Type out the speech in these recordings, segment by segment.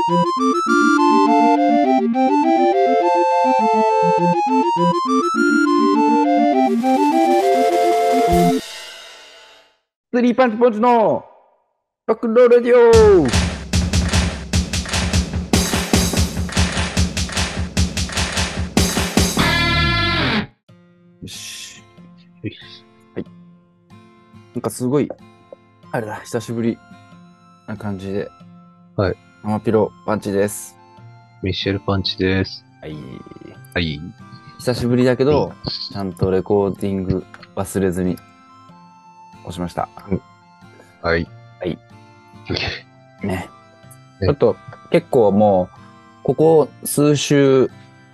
スリーパンチポンチのロックンロールラディオ。よし。はい。なんかすごい、あれだ、久しぶりな感じで。 はい。 アマピロパンチです。 ミシェルパンチです。 はい。 はい。 久しぶりだけど、ちゃんとレコーディング忘れずに押しました。 はい。 はい。ね。 ねちょっと結構もう、ここ数週、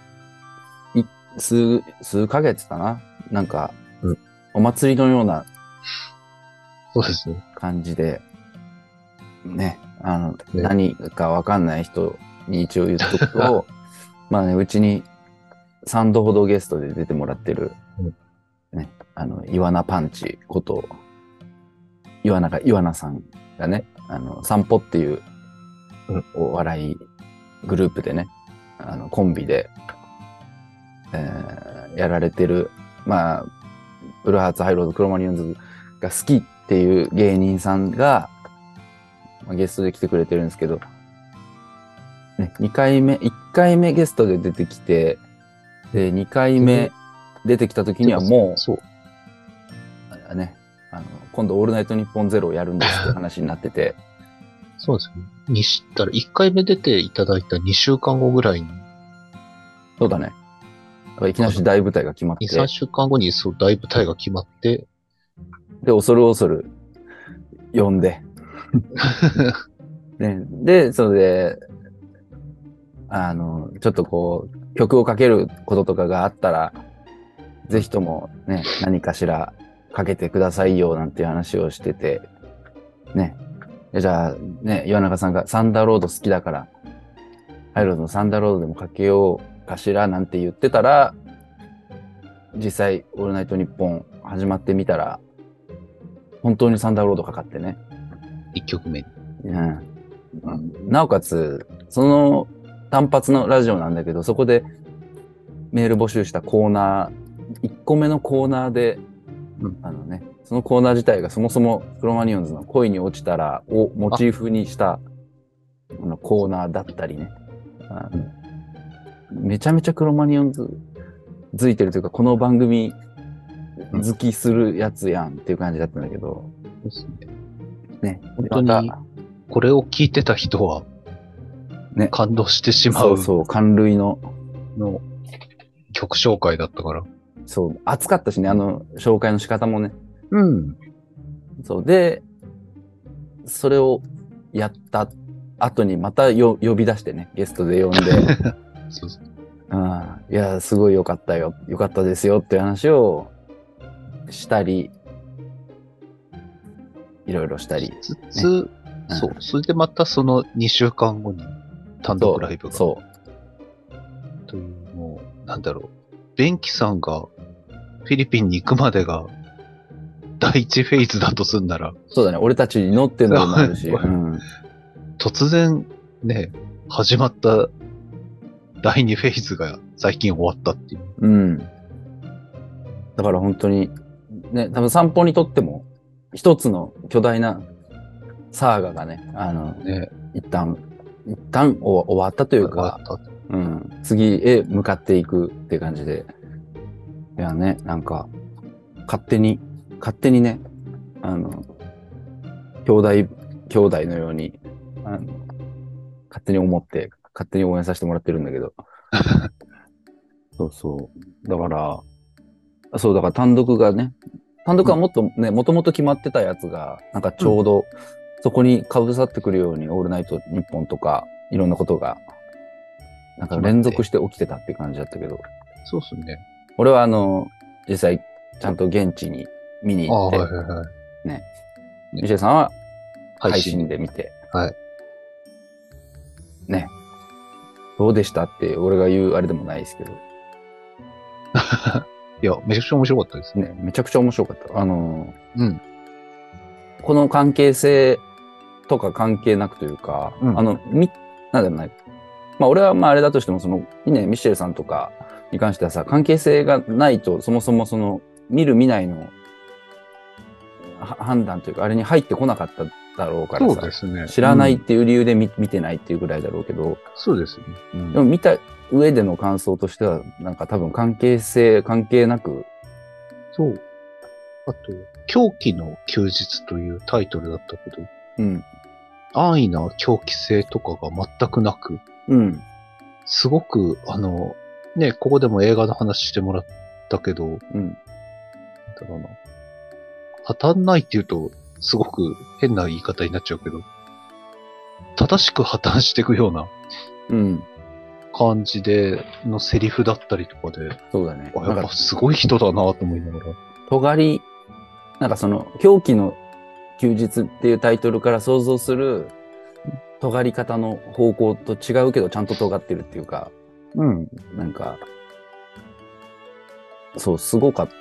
数ヶ月かな、なんか、お祭りのようなそうですね。 感じで、ね、 ね何かわかんない人に一応言っとくと、まあね、うちに3度ほどゲストで出てもらってる、ね、イワナパンチこと、イワナさんがね、散歩っていうお笑いグループでね、コンビで、やられてる、まあ、ブルーハーツ、ハイロード、クロマニヨンズが好きっていう芸人さんが、まあ、ゲストで来てくれてるんですけど、ね、1回目ゲストで出てきて、で、2回目出てきた時にはもう、そうね、今度オールナイトニッポンゼロをやるんですって話になってて。 そうですね。1回目出ていただいた2週間後ぐらいに。 そうだね。いきなり大舞台が決まって。 2、3週間後にそう大舞台が決まって。 で、恐る呼んで。ね、で、それで、ちょっとこう、曲をかけることとかがあったら、ぜひともね、何かしらかけてくださいよなんていう話をしてて、ね。じゃあ、ね、岩中さんがサンダーロード好きだから、ハイロードのサンダーロードでもかけようかしらなんて言ってたら、実際、オールナイトニッポン始まってみたら、本当にサンダーロードかかってね。 1曲目。 うん。なおかつ、その単発のラジオなんだけど、そこでメール募集したコーナー、1個目のコーナーで、そのコーナー自体がそもそもクロマニヨンズの恋に落ちたらをモチーフにしたコーナーだったりね。めちゃめちゃクロマニヨンズづいてるというか、この番組好きするやつやんっていう感じだったんだけど。ね。 本当に、これを聞いてた人は、ね、感動してしまう。 そう、感類の曲紹介だったから。 そう、熱かったしね、紹介の仕方もね。 うん。 そう。で、それをやった後にまた呼び出してね、ゲストで呼んで。 そうそう。 いや、すごい良かったよ。良かったですよっていう話をしたり、いろいろしたり。 そう。それでまたその2週間後に単独ライブが。そう。という、もう、なんだろう。ベンキさんがフィリピンに行くまでが第1フェーズだとすんなら。 そうだね。俺たちに乗ってんのもあるし。 突然ね、始まった第2フェーズが最近終わったっていう。 うん。だから本当に、ね、多分散歩にとっても、一つの巨大なサーガがね、一旦終わったというか、次へ向かっていくって感じで。いやね、なんか、勝手にね、兄弟のように、勝手に思って、勝手に応援させてもらってるんだけど。そう。だから単独はもっとね、もともと決まってたやつが、なんかちょうど、そこに被さってくるように、オールナイトニッポンとか、いろんなことが、なんか連続して起きてたって感じだったけど。 そうっすね。 俺は実際、ちゃんと現地に見に行って、ね。ミシェルさんは配信で見て、ね。どうでしたって俺が言うあれでもないですけど。 いや、めちゃくちゃ面白かったですね。めちゃくちゃ面白かった。この関係性とか関係なくというか、 なんでもない。まあ俺はまああれだとしても、ね、ミシェルさんとかに関してはさ、関係性がないと、そもそも見る見ないの判断というか、あれに入ってこなかっただろうからさ、 そうですね。 知らないっていう理由で見てないっていうぐらいだろうけど、 そうですね。 でも見た上での感想としては、なんか多分関係なく。 そう。あと、狂気の休日というタイトルだったけど、 うん。 安易な狂気性とかが全くなく、 うん。 すごく、ね、ここでも映画の話してもらったけど、 うん。 なんだろうな。破綻ないって言うと、すごく変な言い方になっちゃうけど、正しく破綻していくようなうん。 感じでのセリフだったりとかで、 そうだね。 やっぱすごい人だなと思いながら。 尖り、なんか狂気の休日っていうタイトルから想像する尖り方の方向と違うけど、ちゃんと尖ってるっていうか、 うん。 なんか、そう、すごかった。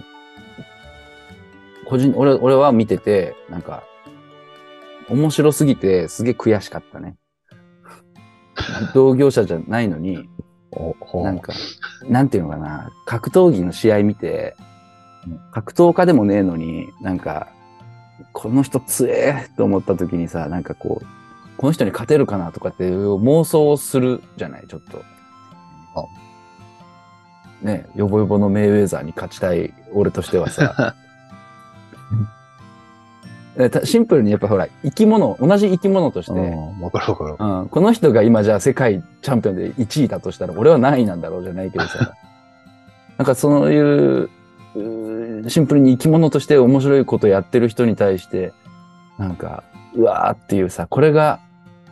俺は見てて、なんか、面白すぎてすげえ悔しかったね。同業者じゃないのに、なんか、なんていうのかな、格闘技の試合見て、格闘家でもねえのに、なんか、この人強えと思った時にさ、なんかこの人に勝てるかなとかっていう妄想をするじゃない、ちょっと。ね、ヨボヨボのメイウェザーに勝ちたい俺としてはさ、シンプルにやっぱほら、同じ生き物として、 わかるわかる。 この人が今じゃあ世界チャンピオンで1位だとしたら、俺は何位なんだろうじゃないけどさ、なんかそういう、シンプルに生き物として面白いことやってる人に対して、なんか、うわーっていうさ、これが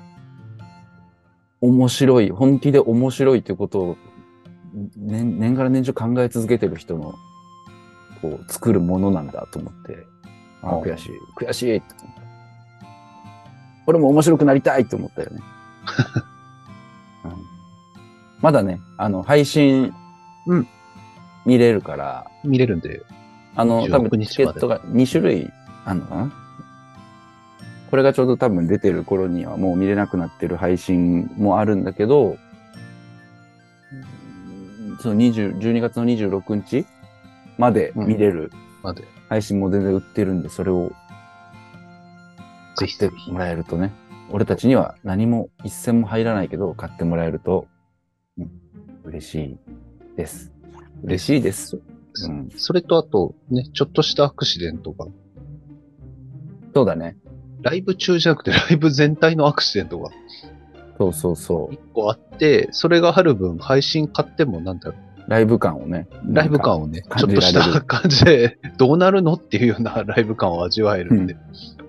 面白い、本気で面白いということを、年がら年中考え続けてる人の、作るものなんだと思って、悔しいって。俺も面白くなりたいと思ったよね。まだね、配信、見れるから。 見れるんで。 多分チケットが2種類あるのかな。これがちょうど多分出てる頃にはもう見れなくなってる配信もあるんだけど、12月の26日まで見れる配信も全然売ってるんで、それを買ってもらえるとね、俺たちには何も一銭も入らないけど買ってもらえると、嬉しいです。嬉しいです。 それとあと、ね、ちょっとしたアクシデントが。 そうだね。 ライブ中じゃなくて、ライブ全体のアクシデントが。 そう。 一個あって、それがある分、配信買ってもなんだろう。 ライブ感をね。 ちょっとした感じで、どうなるのっていうようなライブ感を味わえるんで。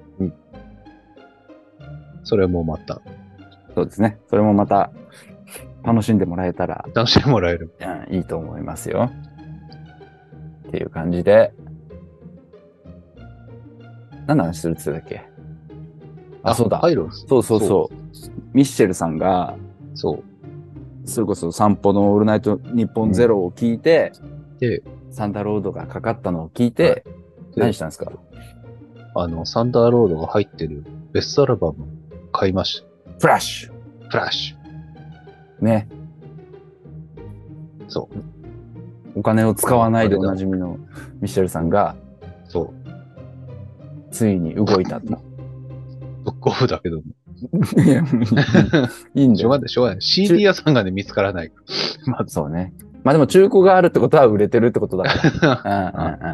それもまた。 そうですね。それもまた、楽しんでもらえたら。 楽しんでもらえる。 いいと思いますよ。っていう感じで。何の話するって言ってたっけ？そうだ。そう。ミッシェルさんが、それこそ散歩のオールナイトニッポンゼロを聞いて、サンダーロードがかかったのを聞いて、何したんですか？ サンダーロードが入ってるベストアルバム買いました。 フラッシュ。ね。 そう。 お金を使わないでおなじみのミッシェルさんが、ついに動いたと。 ブックオフだけども。 いいんだよ。 しょうがない。CD 屋さんがね、見つからない。 そうね。まあでも中古があるってことは売れてるってことだから。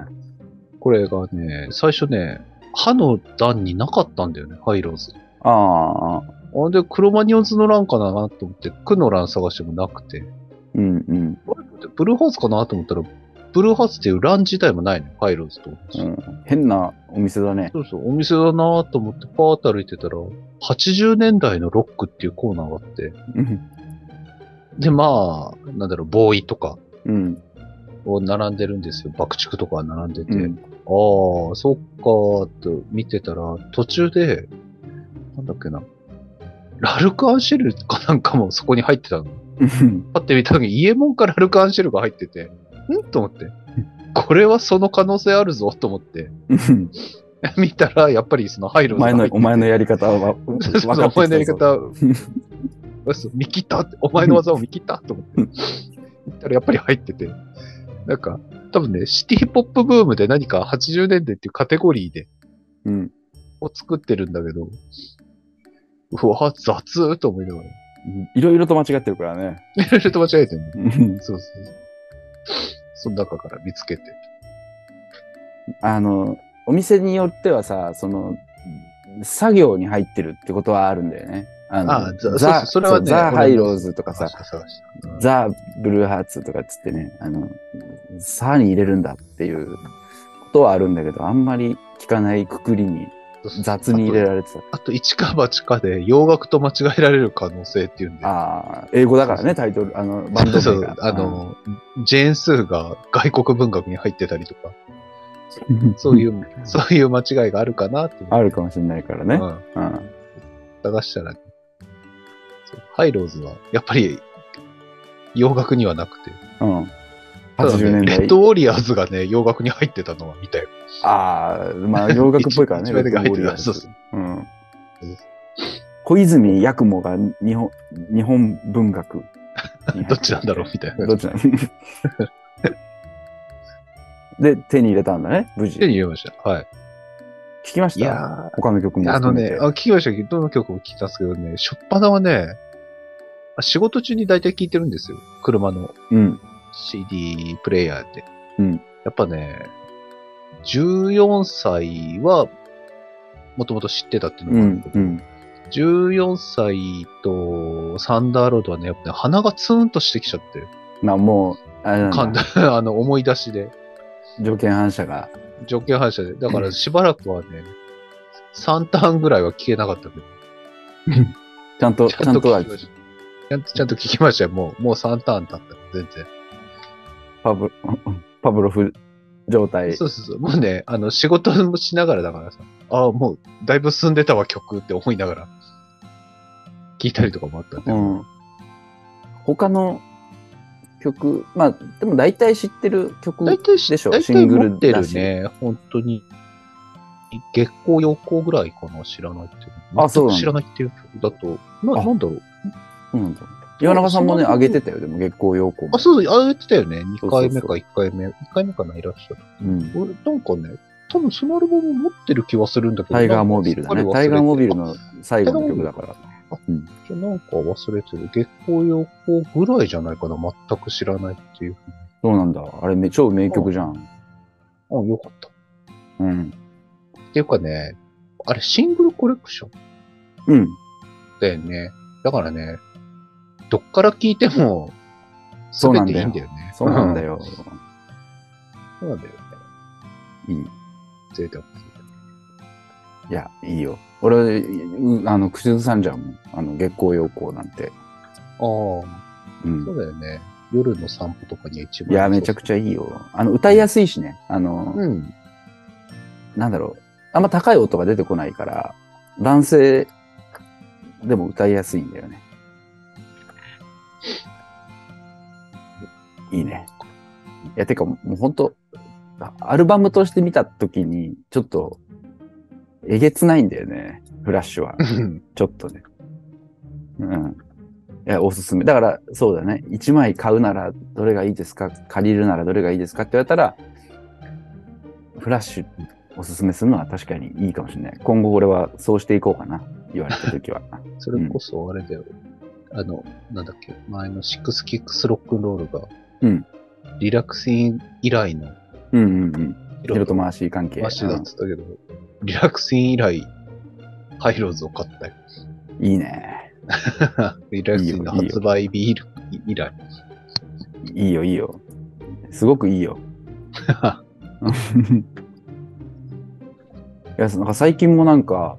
これがね、最初ね、歯の段になかったんだよね、ハイローズ。で、クロマニオンズの欄かなと思って、区の欄探してもなくて。ブルーハーツかなと思ったら、ブルーハーツっていう欄自体もないの、ハイローズと。 変なお店だね。 そう、お店だなと思ってパーッと歩いてたら、80年代のロックっていうコーナーがあって。で、まあ、なんだろう、ボーイとか、を並んでるんですよ。爆竹とか並んでて。そっかーと見てたら、途中で、なんだっけな、ラルク・アンシェルかなんかもそこに入ってたの。パッて見た時に、イエモンかラルク・アンシェルが入ってて、と思って。これはその可能性あるぞと思って。見たら、やっぱりそのハイローズが入ってて。 お前のやり方は分かってきたぞ。 お前のやり方、 見切ったって、お前の技を見切ったと思って。言ったらやっぱり入ってて。なんか、多分ね、シティポップブームで何か80年代っていうカテゴリーで、を作ってるんだけど、うわ、雑と思いながら。 いろいろと間違ってるからね。 いろいろと間違えてるね。そう。その中から見つけて。 お店によってはさ、作業に入ってるってことはあるんだよね。 それはね、 ザ・ハイローズとかさ、 うん、 ザ・ブルーハーツとかっつってね、ザに入れるんだっていうことはあるんだけど、あんまり聞かないくくりに雑に入れられてた。 あと一か八かで洋楽と間違えられる可能性っていうんで。 英語だからね、タイトル、バンド名が。 ジェーン・スーが外国文学に入ってたりとか。そういう間違いがあるかなって。 あるかもしれないからね。 探したら、ね、ハイローズは、やっぱり、洋楽にはなくて。80年代。レッドウォリアーズがね、洋楽に入ってたのは見たよ。 まあ洋楽っぽいからね、レッドウォリアーズ。小泉八雲が日本文学。 どっちなんだろうみたいな。 どっちなんで、手に入れたんだね、無事。 手に入れました。はい。 聞きました？いや他の曲も。 聞きましたけど、どの曲も聞いたんですけどね、初っ端はね、仕事中に大体聞いてるんですよ。車の CD プレイヤーで。やっぱね、14歳は、もともと知ってたっていうのがあるけど、14歳とサンダーロードはね、やっぱね、鼻がツーンとしてきちゃって。 もう、あれなんだ。思い出しで。 条件反射が。 条件反射で。だからしばらくはね、3ターンぐらいは聞けなかったけど。 ちゃんと聞きましたよ。もう3ターン経った。全然。 パブロフ状態。 そう。もうね、仕事もしながらだからさ、もうだいぶ進んでたわ、曲って思いながら、聞いたりとかもあったんで。 他の曲、まあ、でも大体知ってる曲でしょ、シングル持ってるね、本当に。月光陽光ぐらいかな、知らないっていう。 そう知らないっていう曲だと、なんだろう。 岩永さんもね、上げてたよ、でも月光陽光。 そう、上げてたよね。2回目か1回目。1回目かな、いらっしゃる。俺、なんかね、多分そのアルバム持ってる気はするんだけど。 タイガーモビルだね。タイガーモビルの最後の曲だから。 じゃなんか忘れてる。月光陽光ぐらいじゃないかな。全く知らないっていう。 そうなんだ。あれ、超名曲じゃん。 よかった。っていうかね、あれ、シングルコレクションだよね。だからね、どっから聴いても、全ていいんだよね。 そうなんだよ。 そうなんだよね。 いい。 贅沢。 いや、いいよ。俺、口ずさんじゃんもん。月光陽光なんて。 そうだよね。夜の散歩とかに一番。 いや、めちゃくちゃいいよ。歌いやすいしね。なんだろう。あんま高い音が出てこないから、男性でも歌いやすいんだよね。いいね。いや、てかもうほんと、アルバムとして見たときに、ちょっと、えげつないんだよね。フラッシュは。ちょっとね。いや、おすすめ。だから、そうだね。1枚買うならどれがいいですか？借りるならどれがいいですかって言われたら、フラッシュおすすめするのは確かにいいかもしれない。今後俺はそうしていこうかな。言われたときは。 それこそあれだよ。なんだっけ、前のシックスキックスロックンロールが、リラクシン以来の、 ヒロと回し関係。 回しだって言ったけど、リラクシン以来、ハイローズを買ったよ。 いいね。 リラクシンの発売日以来。 いいよ、いいよ。すごくいいよ。いや、なんか最近もなんか、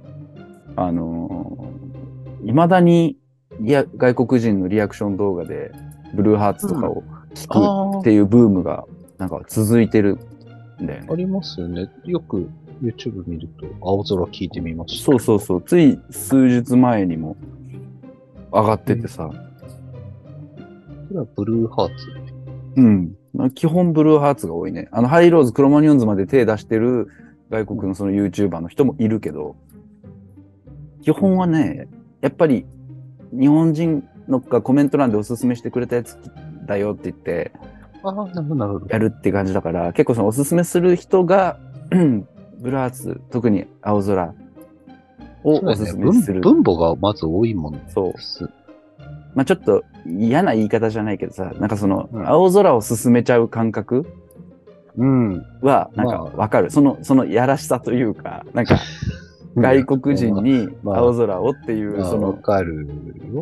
未だに外国人のリアクション動画で、ブルーハーツとかを聞くっていうブームが、なんか続いてるんだよね。 ありますよね。よく YouTube 見ると、青空聞いてみました。 そう。つい数日前にも上がっててさ。 それはブルーハーツ？ 基本ブルーハーツが多いね。ハイローズ、クロマニヨンズまで手出してる外国のその YouTuber の人もいるけど、基本はね、やっぱり日本人のかコメント欄でおすすめしてくれたやつだよって言って、 ああ、なるほど、なるほど。 やるって感じだから、結構そのおすすめする人が、ブルーハーツ、特に青空をおすすめする。 分母がまず多いもんです。 そう。まあちょっと嫌な言い方じゃないけどさ、なんかその、青空を進めちゃう感覚は、なんかわかる。そのやらしさというか、なんか、外国人に青空をっていう、その。 わかるよ。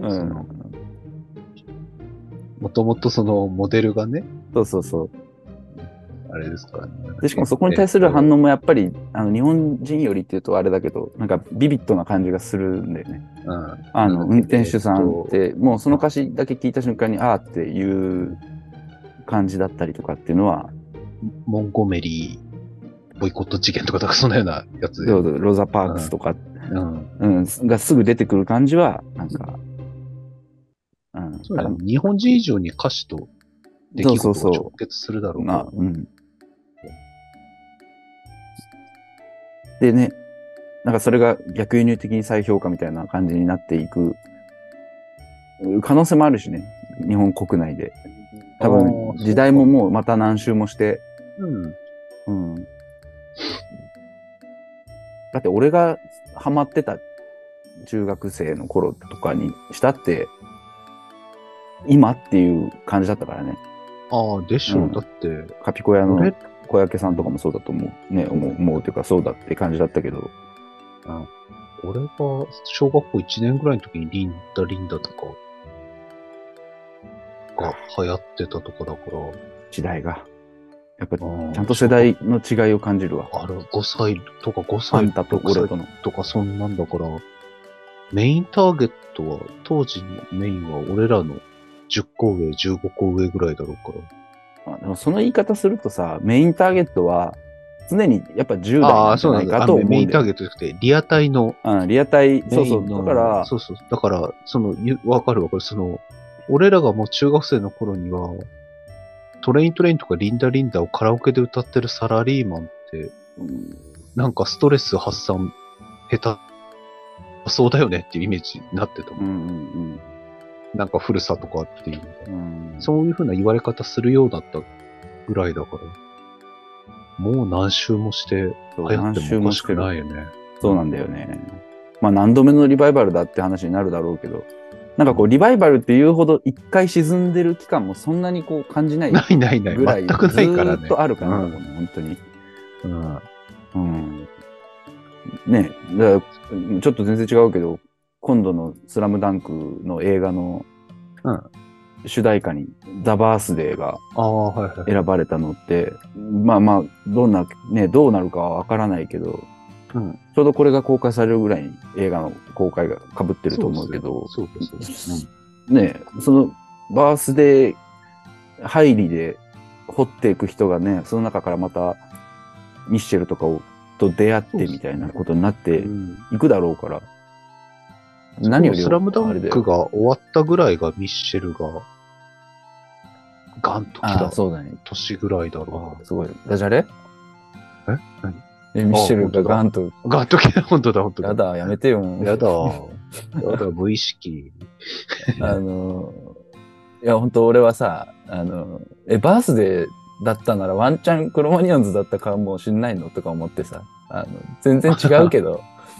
もともとそのモデルがね。 そうそうそう。 あれですからね。 で、しかもそこに対する反応もやっぱり、日本人よりっていうとあれだけど、なんかビビッドな感じがするんだよね。運転手さんって、もうその歌詞だけ聞いた瞬間に、あーっていう感じだったりとかっていうのは。 モンゴメリー、ボイコット事件とか、そのようなやつで。 ロザ・パークスとか、がすぐ出てくる感じは、なんか、 そう日本人以上に歌詞と出来事が直結するだろうな。 でね、なんかそれが逆輸入的に再評価みたいな感じになっていく可能性もあるしね、日本国内で。多分、時代ももうまた何周もして。だって俺がハマってた中学生の頃とかにしたって、今っていう感じだったからね。 ああ、でしょう。だって。 カピコ屋の小焼さんとかもそうだと思う。ね、思うというかそうだって感じだったけど。 俺が小学校1年ぐらいの時にリンダとかが流行ってたとかだから。 時代が。やっぱちゃんと世代の違いを感じるわ。 5歳とか5歳と俺とのとかそんなんだから、メインターゲットは、当時のメインは俺らの10個上、15個上ぐらいだろうから。 でもその言い方するとさ、メインターゲットは常にやっぱ10代なんじゃないかと思うんだよ。 メインターゲットじゃなくて、リアタイの。 リアタイ、そうそう。 だから、だから、わかる。俺らがもう中学生の頃には、トレインとかリンダをカラオケで歌ってるサラリーマンって、なんかストレス発散下手そうだよねっていうイメージになってたもん。なんか古さとかっていう、そういう風な言われ方するようだったぐらいだから、もう何周もして流行ってもおかしくないよね。 そうなんだよね。まあ何度目のリバイバルだって話になるだろうけど、なんかこうリバイバルっていうほど一回沈んでる期間もそんなにこう感じないぐらい全くないからね。 ずっとあるからね、本当に。ね、だからちょっと全然違うけど、今度のスラムダンクの映画の主題歌にザ・バースデーが選ばれたのって、まあまあ、どうなるかはわからないけど、ちょうどこれが公開されるぐらいに映画の公開が被ってると思うけど、ね、そのバースデー入りで掘っていく人がね、その中からまたミッシェルとかと出会ってみたいなことになっていくだろうから。 何よりスラムダンクが終わったぐらいがミッシェルがガンと来た年ぐらいだろう。 すごい。ダジャレ？ 何？ ミッシェルがガンと来た。本当だ。 やだ、やめてよ。 やだ、無意識。 いや、本当俺はさ、バースデーだったならワンチャンクロマニオンズだったかもしんないのとか思ってさ、全然違うけど、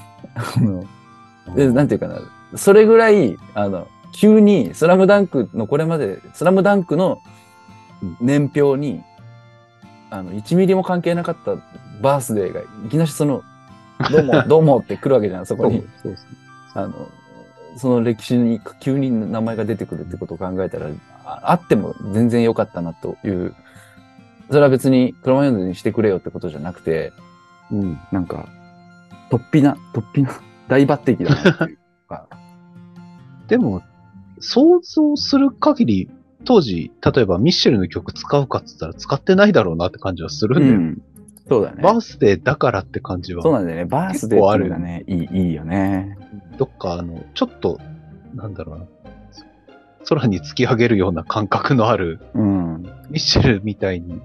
なんていうかな、それぐらい、急にスラムダンクのこれまで、スラムダンクの年表に、1ミリも関係なかったバースデーが、いきなりどうもって来るわけじゃん、そこに。その歴史に急に名前が出てくるってことを考えたら、あっても全然良かったなという、それは別にクロマニオンズにしてくれよってことじゃなくて、なんか、突飛な大抜擢だなっていうか。 でも、想像する限り、当時、例えばミッシェルの曲使うかっつったら使ってないだろうなって感じはするんだよ。 そうだね。 バースデーだからって感じは。 そうなんだよね。バースデーっていうのがね、いいよね。 どっかちょっと、なんだろうな。空に突き上げるような感覚のある、ミッシェルみたいに、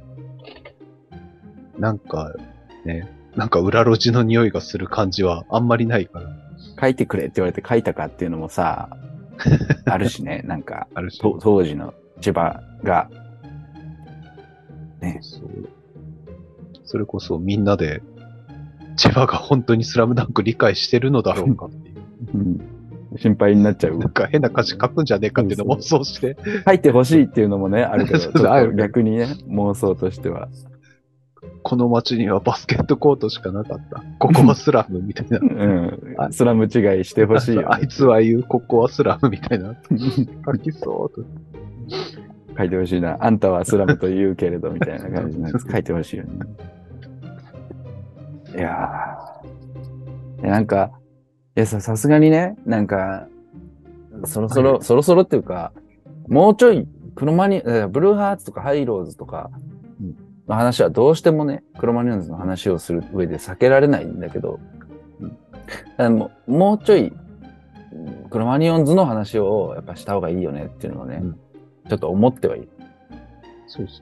なんか裏路地の匂いがする感じはあんまりないから。 書いてくれって言われて書いたかっていうのもさ、 あるしね、なんか、 あるし。 当時の千葉が、ね。 そう。それこそみんなで、千葉が本当にスラムダンク理解してるのだろうかっていう。 うん、心配になっちゃう。 なんか変な歌詞書くんじゃねえかっていうのを妄想して。 書いてほしいっていうのもね、あるけど、 そうちょっとあるけど逆にね、妄想としては。 この街にはバスケットコートしかなかった。ここはスラムみたいな。 うん。スラム違いしてほしいよ、ね。 あいつは言う、ここはスラムみたいな。書きそうと。 書いてほしいな。あんたはスラムと言うけれど、みたいな感じのやつ書いてほしいよね。いやー。なんか、いやさすがにね、なんか、そろそろっていうか、もうちょい、ブルーハーツとかハイローズとかの話はどうしてもね、クロマニヨンズの話をする上で避けられないんだけど、もうちょい、クロマニヨンズの話をやっぱした方がいいよねっていうのをね、ちょっと思ってはいる。 そうですね。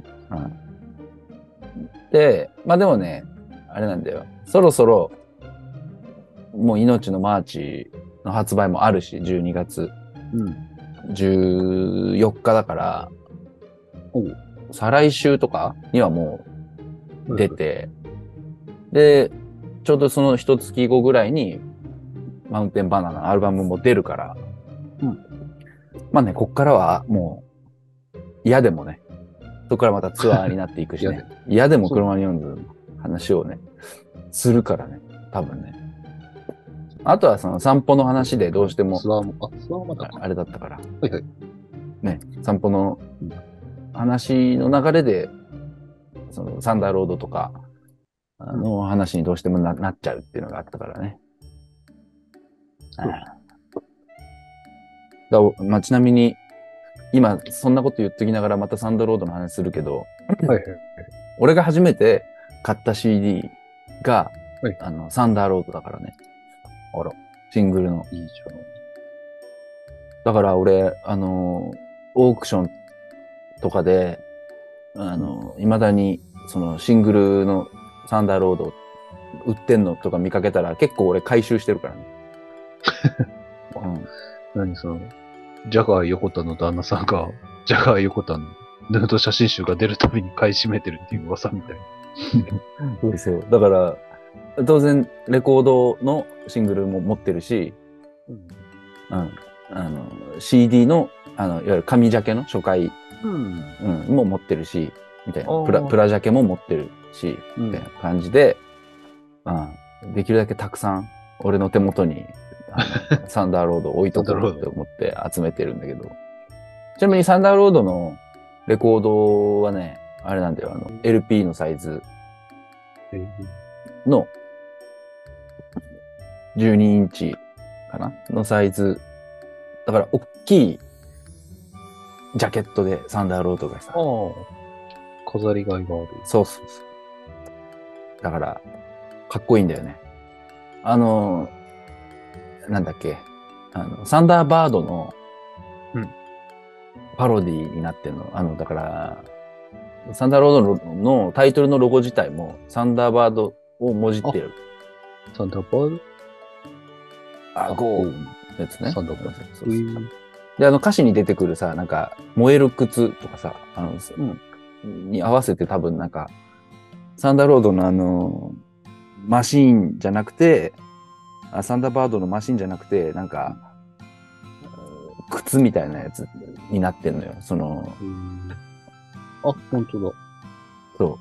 で、まあでもね、あれなんだよ。そろそろ、もう命のマーチの発売もあるし、12月。14日だから、再来週とかにはもう出て、で、ちょうどその一月後ぐらいに、マウンテンバナナのアルバムも出るから、まあね、こっからはもう、嫌でもね、そこからまたツアーになっていくしね、嫌でもクロマニヨンズの話をね、するからね、多分ね。あとはその散歩の話でどうしても、あれだったから、ね、散歩の話の流れで、そのサンダーロードとかの話にどうしても なっちゃうっていうのがあったからね。まあ、ちなみに、今そんなこと言っときながらまたサンダーロードの話するけど、俺が初めて買った CD が、サンダーロードだからね。シングルの。いいじゃん。だから俺、オークションとかで、未だに、そのシングルのサンダーロード売ってんのとか見かけたら結構俺回収してるからね。 何その、ジャガー横田の旦那さんが、ジャガー横田のヌード写真集が出るたびに買い占めてるっていう噂みたいな。そう。だから、当然、レコードのシングルも持ってるし、CD の、いわゆる紙ジャケの初回、も持ってるし、みたいな。プラジャケも持ってるし、みたいな感じで、できるだけたくさん、俺の手元に、サンダーロード置いとこうって思って集めてるんだけど。ちなみにサンダーロードのレコードはね、あれなんだよ、LP のサイズの12インチかなのサイズ。だから、大きいジャケットでサンダーロードがさ。 飾りがいがある。 そう。だから、かっこいいんだよね。なんだっけ。サンダーバードのパロディになってんの。だから、サンダーロードのタイトルのロゴ自体もサンダーバードをもじってる。 サンダーバードゴーのやつね。 サンダーバード。 で、歌詞に出てくるさ、なんか、燃える靴とかさ、に合わせて多分なんか、サンダーロードのマシーンじゃなくて、サンダーバードのマシーンじゃなくて、なんか、靴みたいなやつになってんのよ。 本当だ。 そう。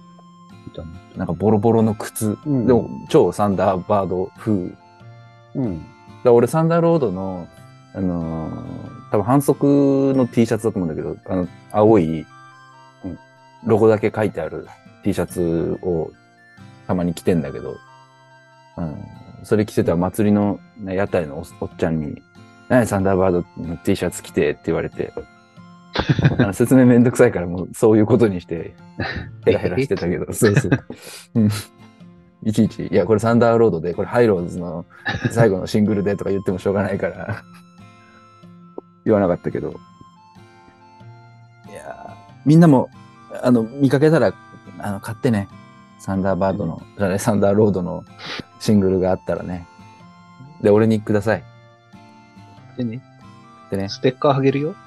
なんかボロボロの靴。でも、超サンダーバード風。で俺、サンダーロードの、多分反則の T シャツだと思うんだけど、青い、ロゴだけ書いてある T シャツをたまに着てんだけど、それ着てた祭りの、屋台のおっちゃんに、サンダーバードの T シャツ着てって言われて、説明めんどくさいからもうそういうことにして、ヘラヘラしてたけど、そう。いちいち、いや、これサンダーロードで、これハイローズの最後のシングルでとか言ってもしょうがないから、言わなかったけど。いやみんなも、見かけたら、買ってね。サンダーバードの、サンダーロードのシングルがあったらね。で、俺にください。 でね。 でね。 ステッカーあげるよ。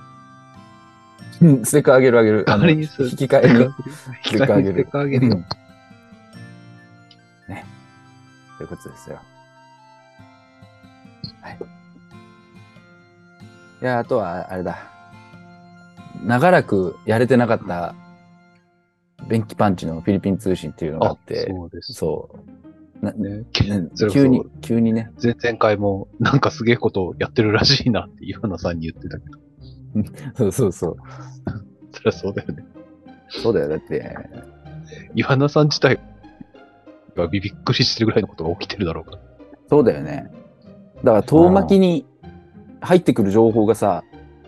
ステッカーあげるあげる。 代わりに引き換えに。ステッカーあげる。 ステッカーあげるよ。 ね。ということですよ。はい。いや、あとは、あれだ。長らくやれてなかった、便器パンチのフィリピン通信っていうのがあって、 そうです。 そう。 ね、 急にね。 前々回もなんかすげえことをやってるらしいなって岩野さんに言ってたけど。 そうそうそう。 そりゃそうだよね。 そうだよ。だって、 岩野さん自体がびっくりしてるぐらいのことが起きてるだろうから。 そうだよね。だから遠巻きに入ってくる情報がさ、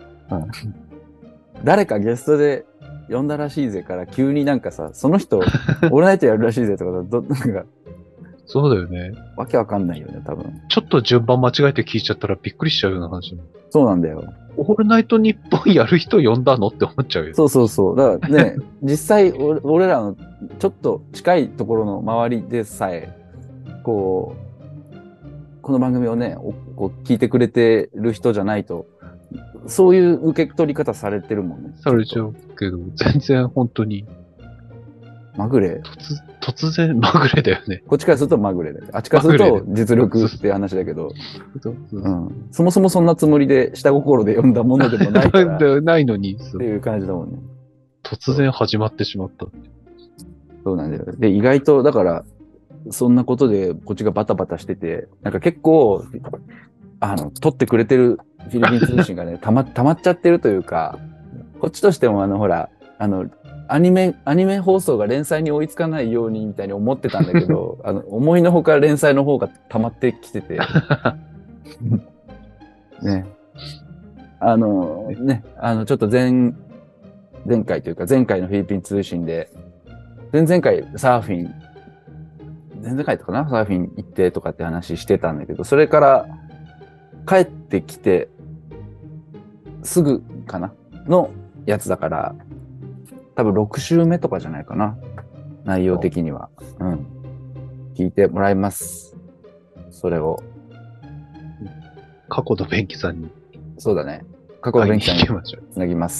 誰かゲストで呼んだらしいぜから急になんかさ、その人、オールナイトやるらしいぜとか、なんか、 そうだよね。 わけわかんないよね、多分。 ちょっと順番間違えて聞いちゃったらびっくりしちゃうような話。 そうなんだよ。 オールナイト日本やる人呼んだのって思っちゃうよ。 そうそうそう。だからね、実際、俺らのちょっと近いところの周りでさえ、この番組をね、こう聞いてくれてる人じゃないと、そういう受け取り方されてるもんね。 されちゃうけど、全然本当に。 まぐれ。 突然まぐれだよね。 こっちからするとまぐれだよ。あっちからすると実力っていう話だけど、そもそもそんなつもりで下心で読んだものでもないからないのにっていう感じだもんね。 突然始まってしまった。 そうなんだよ。で、意外と、だから、そんなことでこっちがバタバタしてて、なんか結構、撮ってくれてるフィリピン通信がね、たまっちゃってるというか、こっちとしてもほら、アニメ放送が連載に追いつかないようにみたいに思ってたんだけど、思いのほか連載の方が溜まってきてて、ね。ちょっと前回というか、前回のフィリピン通信で、前々回サーフィン、前々回とかな、サーフィン行ってとかって話してたんだけど、それから帰ってきて、すぐかなのやつだから、多分6週目とかじゃないかな。内容的には。うん。聞いてもらいます。それを。 過去の便器さんに。 そうだね。過去の便器さんにつなぎます。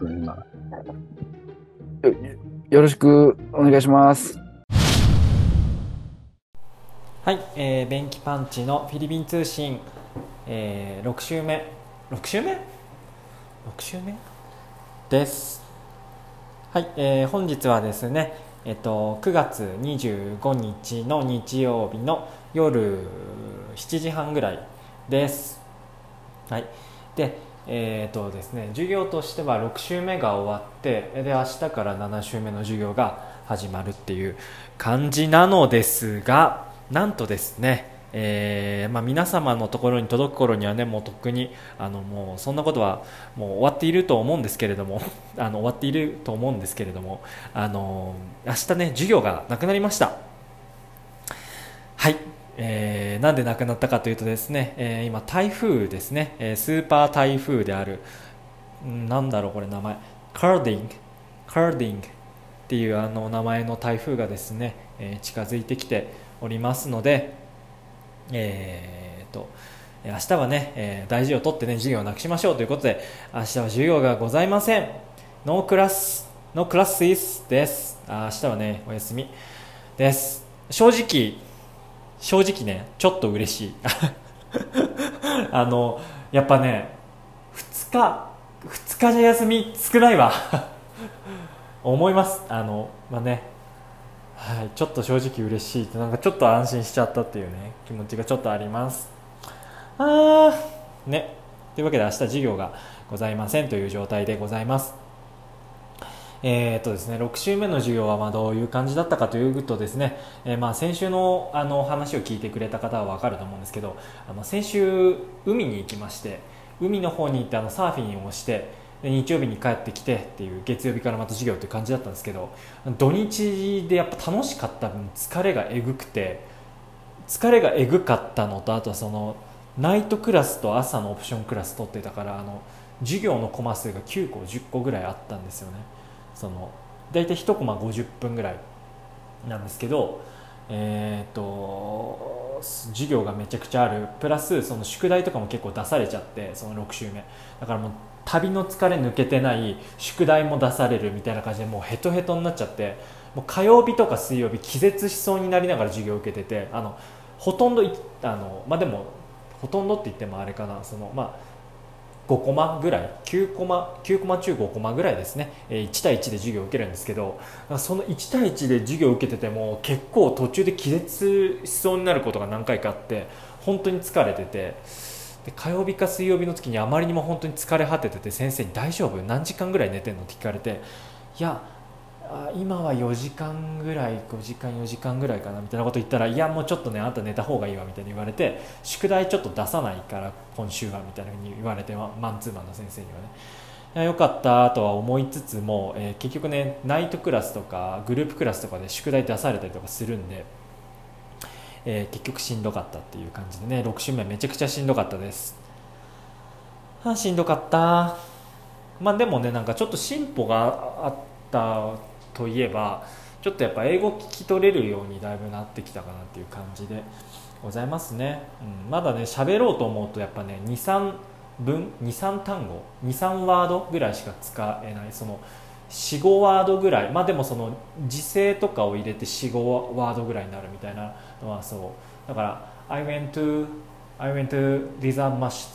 よろしくお願いします。 はい、便器パンチのフィリピン通信、6週目。6週目です。はい、本日はですね、9月25日の日曜日の夜7時半ぐらいです。はい。で、ですね、授業としては6週目が終わって、で、明日から7週目の授業が始まるっていう感じなのですが、なんとですね、皆様のところに届く頃にはね、もうとっくにもうそんなことはもう終わっていると思うんですけれども終わっていると思うんですけれども、明日ね、授業がなくなりました。はい。なんでなくなったかというとですね、今台風ですね、スーパー台風である、なんだろうこれ名前、カーディングっていう名前の台風がですね、近づいてきておりますので、明日はね、大事を取ってね、授業をなくしましょうということで、明日は授業がございません。ノークラスです。明日はね、お休みです。正直ね、ちょっと嬉しいやっぱね、2日じゃ休み少ないわ思います。はい、ちょっと正直嬉しいって、なんかちょっと安心しちゃったっていうね、気持ちがちょっとあります。ね。というわけで明日授業がございませんという状態でございます。ですね、6週目の授業はどういう感じだったかというとですね、先週の話を聞いてくれた方は分かると思うんですけど、先週海に行きまして、海の方に行ってサーフィンをしてで日曜日に帰ってきてっていう、月曜日からまた授業という感じだったんですけど、土日でやっぱ楽しかった分疲れがえぐかったのと、あとはそのナイトクラスと朝のオプションクラス取ってたから、授業のコマ数が9個10個ぐらいあったんですよね。だいたい1コマ50分ぐらいなんですけど、 授業がめちゃくちゃあるプラスその宿題とかも結構出されちゃって、その6週目だからもう旅の疲れ抜けてない宿題も出されるみたいな感じでもうヘトヘトになっちゃって、もう火曜日とか水曜日気絶しそうになりながら授業を受けてて、ほとんどでもほとんどって言ってもあれかな、5コマぐらい9コマ中5コマぐらいですね、1対1で授業を受けるんですけど、その1対1で授業を受けてても結構途中で気絶しそうになることが何回かあって、本当に疲れてて、で火曜日か水曜日の時にあまりにも本当に疲れ果ててて、先生に大丈夫何時間ぐらい寝てんのって聞かれて、いや今は4時間ぐらい5時間4時間ぐらいかなみたいなこと言ったら、いやもうちょっとねあんた寝た方がいいわみたいに言われて、宿題ちょっと出さないから今週はみたいなふうに言われて、マンツーマンの先生にはね、いやよかったとは思いつつも、結局ねナイトクラスとかグループクラスとかで宿題出されたりとかするんで、結局しんどかったっていう感じでね、6週目めちゃくちゃしんどかったです。しんどかった。でもねなんかちょっと進歩があったといえば、ちょっとやっぱ英語聞き取れるようにだいぶなってきたかなっていう感じでございますね。まだね喋ろうと思うとやっぱね23単語 2,3 ワードぐらいしか使えない、その 4,5 ワードぐらい、でもその時制とかを入れて 4,5 ワードぐらいになるみたいなのはそうだから、I went to Lisa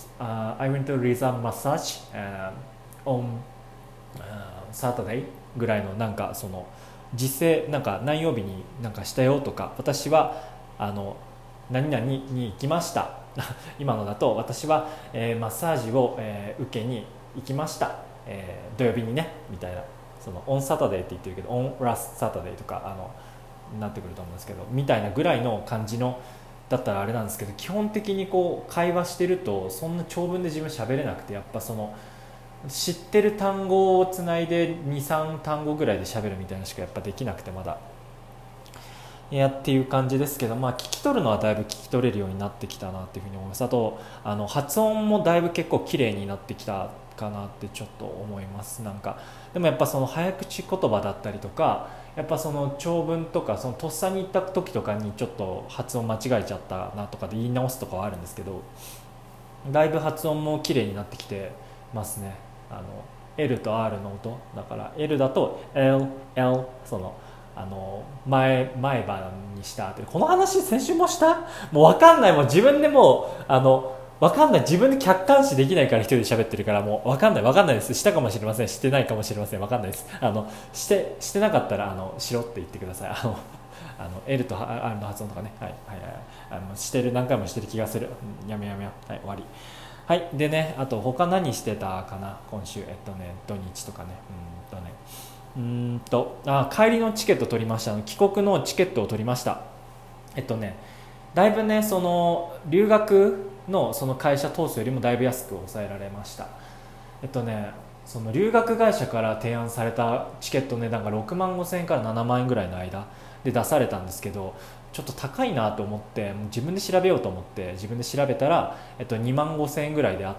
massage on Saturday ぐらいのなんかその時制なんか何曜日になんかしたよとか、私は何々に行きました今のだと私は、マッサージを、受けに行きました、土曜日にねみたいな、そのオンサタデーって言ってるけどオンラスサタデーとかなってくると思うんですけど、みたいなぐらいの感じのだったらあれなんですけど、基本的にこう会話してるとそんな長文で自分喋れなくて、やっぱその知ってる単語をつないで 2,3 単語ぐらいで喋るみたいなのしかやっぱできなくて、まだっていう感じですけど、聞き取るのはだいぶ聞き取れるようになってきたなっていうふうに思います。あと発音もだいぶ結構綺麗になってきたかなってちょっと思います。なんかでもやっぱその早口言葉だったりとか、やっぱその長文とかそのとっさに言った時とかにちょっと発音間違えちゃったなとかで言い直すとかはあるんですけど、だいぶ発音も綺麗になってきてますね。L と R の音だから、 L だと L その前歯にしたって、この話先週もした、もう分かんない、もう自分でもう分かんない、自分で客観視できないから一人で喋ってるから、もう分かんないです。したかもしれません、してないかもしれません、分かんないです。してなかったらしろって言ってください。L と R の発音とかね、してる、何回もしてる気がする、やめ、はい、終わり。はい、でね、あと他何してたかな今週、土日とかね、帰りのチケット取りました。帰国のチケットを取りました。だいぶねその留学のその会社通すよりもだいぶ安く抑えられました。その留学会社から提案されたチケットの値段が6万5千円から7万円ぐらいの間で出されたんですけど、ちょっと高いなと思って自分で調べようと思って自分で調べたら、2万5千円ぐらいであって、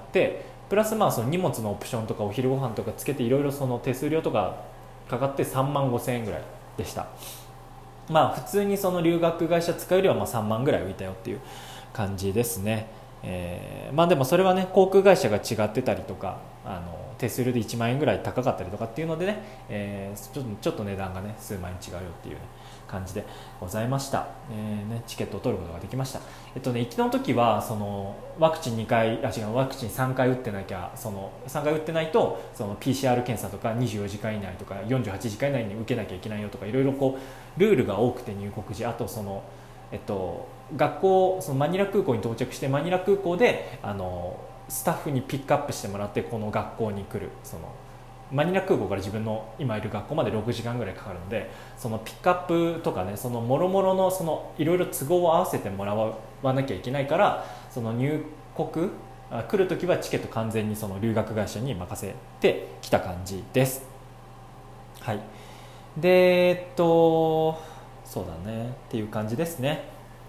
プラスその荷物のオプションとかお昼ご飯とかつけていろいろその手数料とかかかって3万5千円ぐらいでした。普通にその留学会社使うよりは3万ぐらい浮いたよっていう感じですね。でもそれはね航空会社が違ってたりとか、手数料で1万円ぐらい高かったりとかっていうのでね、ちょっと値段がね数万円違うよっていう、ね、感じでございました。チケットを取ることができました。行きの時はそのワクチン2回ワクチン3回打ってなきゃ、その3回打ってないとその PCR 検査とか24時間以内とか48時間以内に受けなきゃいけないよとか、いろいろこうルールが多くて、入国時、あとその学校、そのマニラ空港に到着してマニラ空港でスタッフにピックアップしてもらって、この学校に来る、そのマニラ空港から自分の今いる学校まで6時間ぐらいかかるので、そのピックアップとかね、そのもろもろのそのいろいろ都合を合わせてもらわなきゃいけないから、その入国来るときはチケット完全にその留学会社に任せてきた感じです。はい。でそうだねっていう感じですね。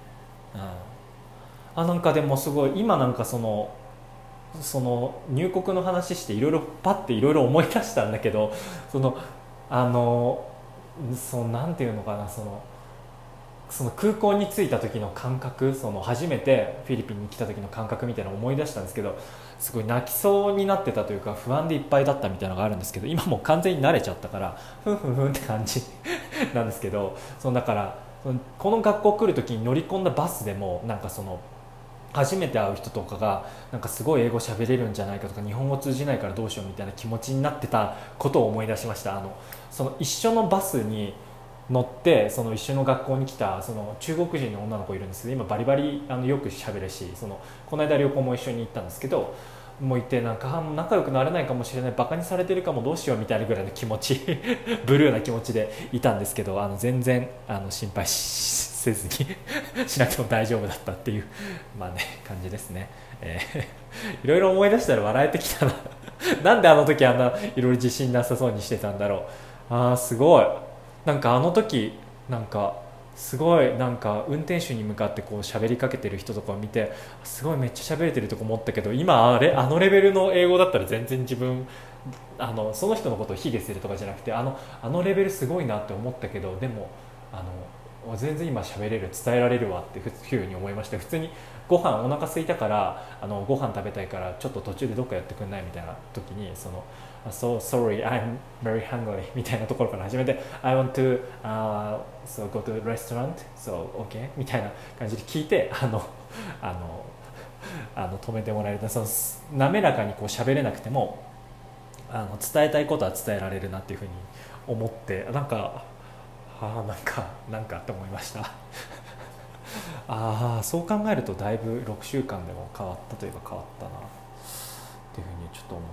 なんかでもすごい今なんかその入国の話していろいろパッていろいろ思い出したんだけど、なんていうのかな、そのその空港に着いた時の感覚、その初めてフィリピンに来た時の感覚みたいなのを思い出したんですけど、すごい泣きそうになってたというか不安でいっぱいだったみたいなのがあるんですけど、今もう完全に慣れちゃったからふんふんふんって感じなんですけど、だからこの学校来る時に乗り込んだバスでもなんかその初めて会う人とかがなんかすごい英語喋れるんじゃないかとか、日本語通じないからどうしようみたいな気持ちになってたことを思い出しました。その一緒のバスに乗ってその一緒の学校に来たその中国人の女の子いるんですけど、今バリバリよく喋るし、この間旅行も一緒に行ったんですけど、もういてなんか仲良くなれないかもしれない、バカにされてるかもどうしようみたいなぐらいの気持ちブルーな気持ちでいたんですけど、全然心配せずにしなくても大丈夫だったっていうまあね感じですね。いろいろ思い出したら笑えてきたななんであの時あんないろいろ自信なさそうにしてたんだろう。すごいなんかあの時なんかすごいなんか運転手に向かってこう喋りかけてる人とかを見て、すごいめっちゃ喋れてるとか思ったけど、今あのレベルの英語だったら全然自分その人のことを卑下するとかじゃなくて、あのレベルすごいなって思ったけど、でも全然今喋れる、伝えられるわっていうふうに思いました。普通にご飯お腹空いたからご飯食べたいからちょっと途中でどっかやってくんないみたいな時にSo sorry, I'm very hungry みたいなところから始めて I want to so go to restaurant, so okay みたいな感じで聞いて止めてもらえると、滑らかにこう喋れなくても伝えたいことは伝えられるなっていうふうに思って、なんかって思いましたそう考えるとだいぶ6週間でも変わったといえば変わったなっていうふうにちょっと思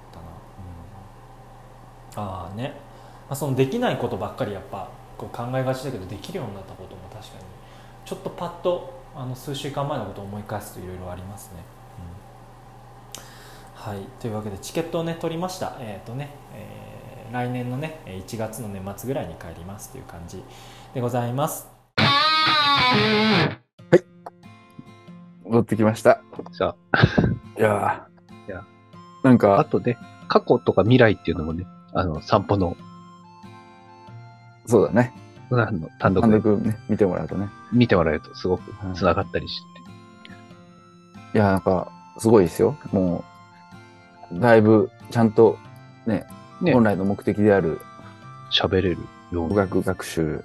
ったな。ね、そのできないことばっかりやっぱこう考えがちだけど、できるようになったことも確かにちょっとパッと数週間前のことを思い返すといろいろありますね。はい、というわけでチケットをね取りました。来年のね1月の年末ぐらいに帰りますという感じでございます。 はい、戻ってきました。 さあいやなんかあとね、過去とか未来っていうのもね、散歩のそうだね、 単独ね見てもらうとね、 見てもらえるとすごくつながったりして、 いやなんかすごいですよ。もうだいぶちゃんとね本来の目的である喋れるよう語学学習、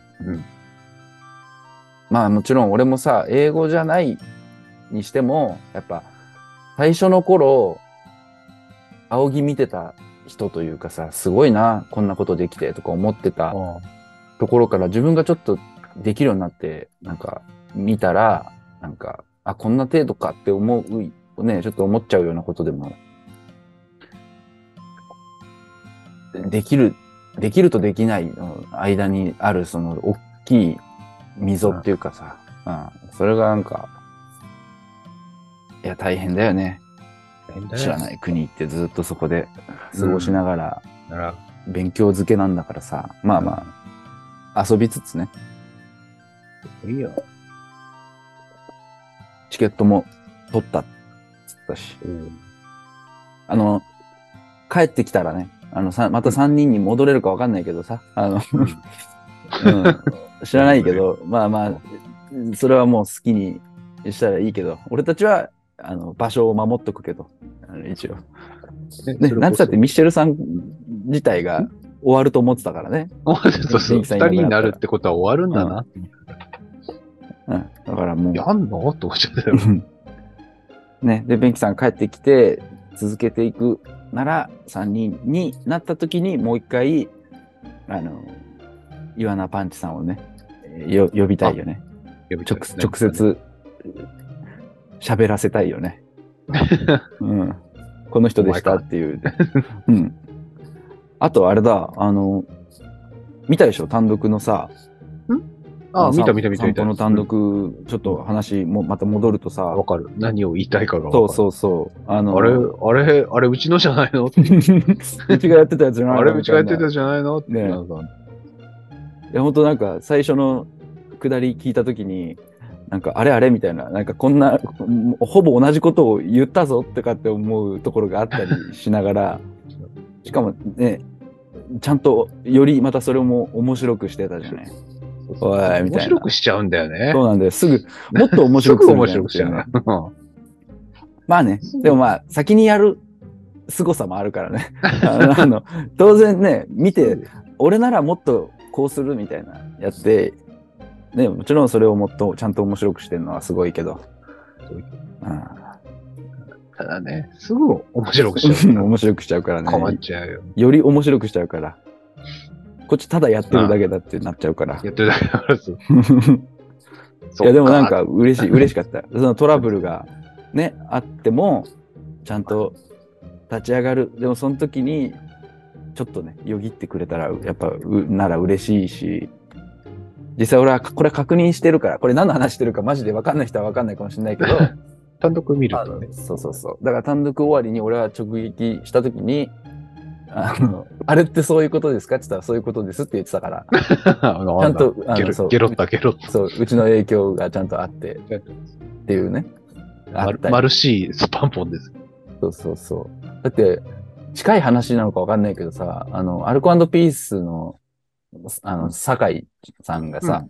まあもちろん俺もさ英語じゃないにしてもやっぱ最初の頃仰ぎ見てた人というかさ、すごいなこんなことできてとか思ってたところから自分がちょっとできるようになってなんか見たらなんかこんな程度かって思うね、ちょっと思っちゃうようなことでもできるとできないの間にあるその大きい溝っていうかさ、それがなんかいや大変だよね。知らない国行ってずっとそこで過ごしながら勉強漬けなんだからさ、まあまあ遊びつつね。 いいよ。 チケットも取ったっつったし、帰ってきたらね、また3人に戻れるか分かんないけどさ、知らないけど、まあまあそれはもう好きにしたらいいけど、俺たちは場所を守っとくけど、一応ね、なんつったってミッシェルさん自体が終わると思ってたからね。 そうそう、2人になるってことは終わるんだな。 だからもうやんのと思っちゃったよ。 ね、でベンキさん帰ってきて続けていくなら3人になった時にもう一回イワナパンチさんをね呼びたいよね。直接喋らせたいよね。この人でしたっていう。あとあれだ、見たでしょ単独のさ。 見た。 散歩の単独、ちょっと話もまた戻るとさ。 わかる。何を言いたいかがわかる。 そう。 あれ、うちのじゃないのうちがやってたやつじゃないのあれ、うちがやってたじゃないのって。 ね。いや、ほんとなんか最初の下り聞いたときに、なんかあれみたいな、なんかこんな、ほぼ同じことを言ったぞとかって思うところがあったりしながら、しかもね、ちゃんとよりまたそれも面白くしてたじゃない。 おいみたいな。 面白くしちゃうんだよね。 そうなんだよ。すぐ、もっと面白くするんだよすぐ面白くしちゃう。 まあね、でもまあ、先にやる凄さもあるからね。当然ね、見て、俺ならもっとこうするみたいなやって、ね、もちろんそれをもっとちゃんと面白くしてるのはすごいけど。 ただね、すぐ面白くしちゃう。 面白くしちゃうからね。 困っちゃうよ。 より面白くしちゃうから。こっちただやってるだけだってなっちゃうから。 やってるだけだからそう。 いやでもなんか嬉しかった。そのトラブルがね、あっても、ちゃんと立ち上がる。でもその時に、ちょっとね、よぎってくれたら、やっぱ、なら嬉しいし、実際俺はこれ確認してるから、これ何の話してるかマジで分かんない人は分かんないかもしれないけど、 単独見るとね。 そう。だから単独終わりに俺は直撃した時に、あれってそういうことですかって言ったらそういうことですって言ってたから、ちゃんと、 ゲロッタ。 そう、うちの影響がちゃんとあってっていうね。 マルシースパンポンです。 そう。だって、近い話なのか分かんないけどさ、アルコ&ピースの、酒井さんがさ、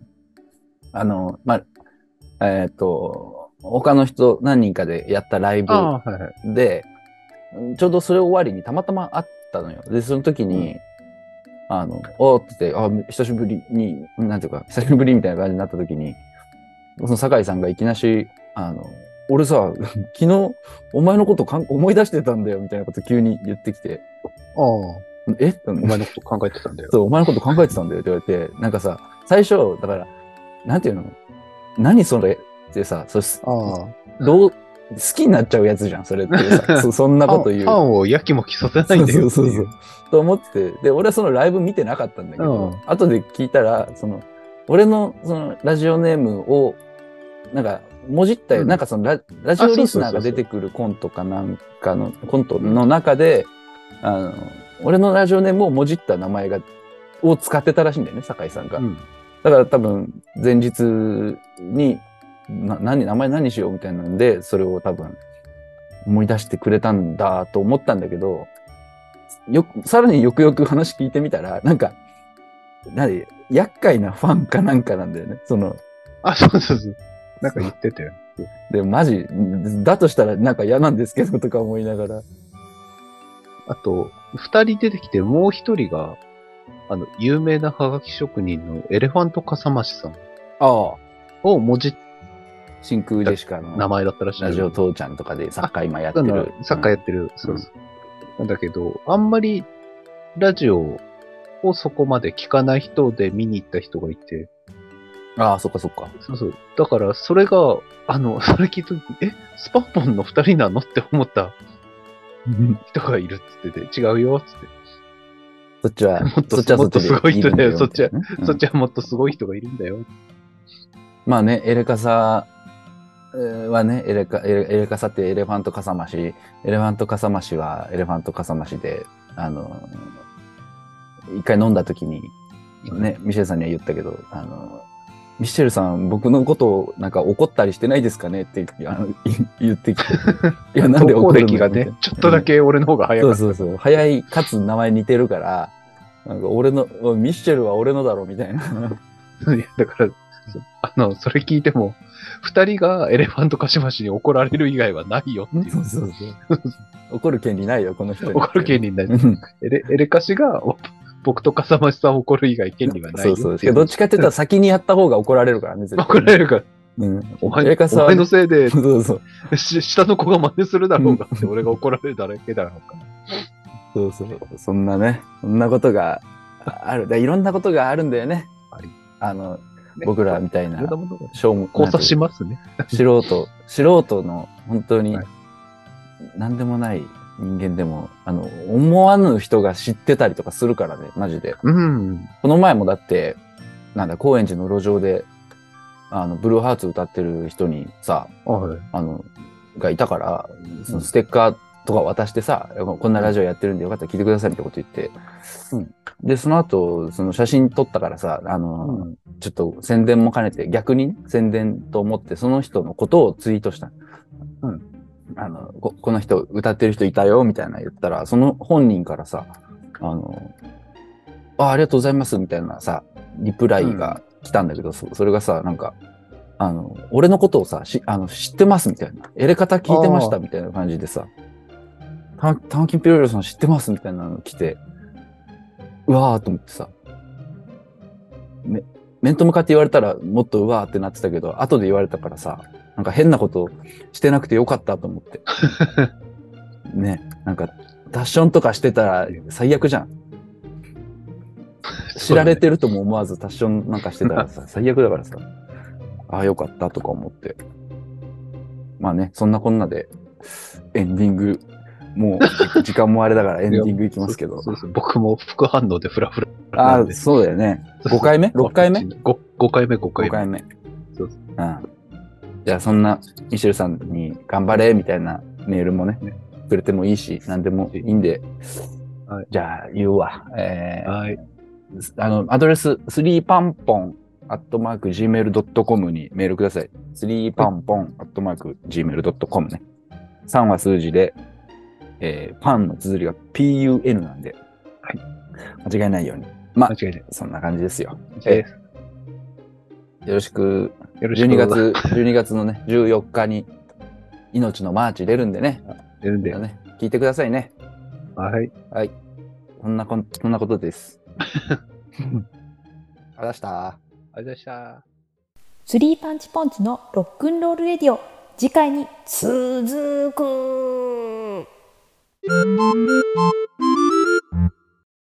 他の人何人かでやったライブで、ちょうどそれ終わりにたまたま会ったのよ。で、その時に、おーって言って、久しぶりに、なんていうか、久しぶりみたいな感じになった時に、その酒井さんがいきなし、俺さ、昨日、お前のこと思い出してたんだよ、みたいなこと急に言ってきて。 お前のこと考えてたんだよ。 そう、お前のこと考えてたんだよって言われて、なんかさ、最初、だから、なんていうの何それってさ、好きになっちゃうやつじゃん、それってさ。そんなこと言う。 ファンをやきもきさせないんだよ。 そう。と思ってて、で、俺はそのライブ見てなかったんだけど、後で聞いたら、俺のそのラジオネームを、なんか、もじったよ、なんかそのラジオリスナーが出てくるコントかなんかの、コントの中で、俺のラジオネームをもじった名前を使ってたらしいんだよね、酒井さんが。だから多分、前日に、名前何しようみたいなんで、それを多分、思い出してくれたんだと思ったんだけど、さらによくよく話聞いてみたら、なんか、厄介なファンかなんかなんだよね、そう。 なんか言ってたよ。 で、マジ、だとしたらなんか嫌なんですけどとか思いながら。 あと、二人出てきて、もう一人が、有名なハガキ職人のエレファント笠間さんを文字真空ジェシカの名前だったらしい。 ラジオ父ちゃんとかでサッカー今やってる。 サッカーやってる。そう。なんだけど、あんまりラジオをそこまで聞かない人で見に行った人がいて。 そっか。 そう。だから、それが、それ聞いた時に、スパポンの二人なのって思った人がいるっつってて、違うよっつって。 そっちはもっとすごい人だよ。そっちはもっとすごい人がいるんだよ。 まあね、エレカサはね、エレカサってエレファントカサマシ。エレファントカサマシはエレファントカサマシで、一回飲んだ時に、ね、ミシェルさんには言ったけど、ミシェルさん、僕のことをなんか怒ったりしてないですかねって言ってきて。いや、なんで怒るのがね、ちょっとだけ俺の方が早かった。 そう。早い、かつ名前似てるから、なんかミシェルは俺のだろ、みたいな。 いや、だから、それ聞いても、二人がエレファントカシマシに怒られる以外はないよっていう。 そう。怒る権利ないよ、この人に。 怒る権利ない。エレカシが、僕と笠間さんを怒る以外権利がないよ。 そう。どっちかって言ったら先にやった方が怒られるからね、 怒られるから。お前のせいで、下の子が真似するだろうがって、俺が怒られるだけだろうか。 そう。そんなね、そんなことがある。いろんなことがあるんだよね。僕らみたいな、 交差しますね。 素人の本当に何でもない人間でも、思わぬ人が知ってたりとかするからね、マジで。この前もだって、高円寺の路上で、ブルーハーツ歌ってる人にさ、がいたから、そのステッカーとか渡してさ、こんなラジオやってるんでよかったら聞いてくださいってこと言って、で、その後、その写真撮ったからさ、ちょっと宣伝も兼ねて、逆に宣伝と思って、その人のことをツイートした。この人、歌ってる人いたよ、みたいな言ったら、その本人からさ、ありがとうございます、みたいなさ、リプライが来たんだけど、それがさ、なんか、俺のことをさ、知ってますみたいな。エレ方聞いてましたみたいな感じでさ、玉金ピロリロさん知ってますみたいなの来て、うわーと思ってさ、面と向かって言われたらもっとうわーってなってたけど、後で言われたからさ、なんか変なことしてなくてよかったと思って。ね、なんか、ダッションとかしてたら最悪じゃん。知られてるとも思わずタッションなんかしてたらさ、最悪だからさ、ああよかったとか思って。まあね、そんなこんなでエンディング、もう時間もあれだからエンディングいきますけど。 そうそう、僕も副反応でフラフラ。 ああ、そうだよね。5回目 ?6 回目 ?5 回目、5回目。 5回目。 そううん。じゃあそんなミシェルさんに頑張れみたいなメールもね、くれてもいいし、何でもいいんで、 はい、 じゃあ言うわ。 はい。 アドレス、3pampon@gmail.com にメールください。3pampon@gmail.com ね。3は数字で、パンの綴りが PUN なんで、 はい、 間違いないように。まあ、 間違いない。 そんな感じですよ。 よろしく。12月のね、14日に命のマーチ出るんでね。 出るんで。 ね、聞いてくださいね。 はい。 はい。そんなことです。ありがとうございました。 ありがとうございました。 スリーパンチポンチのロックンロールレディオ、次回に続く。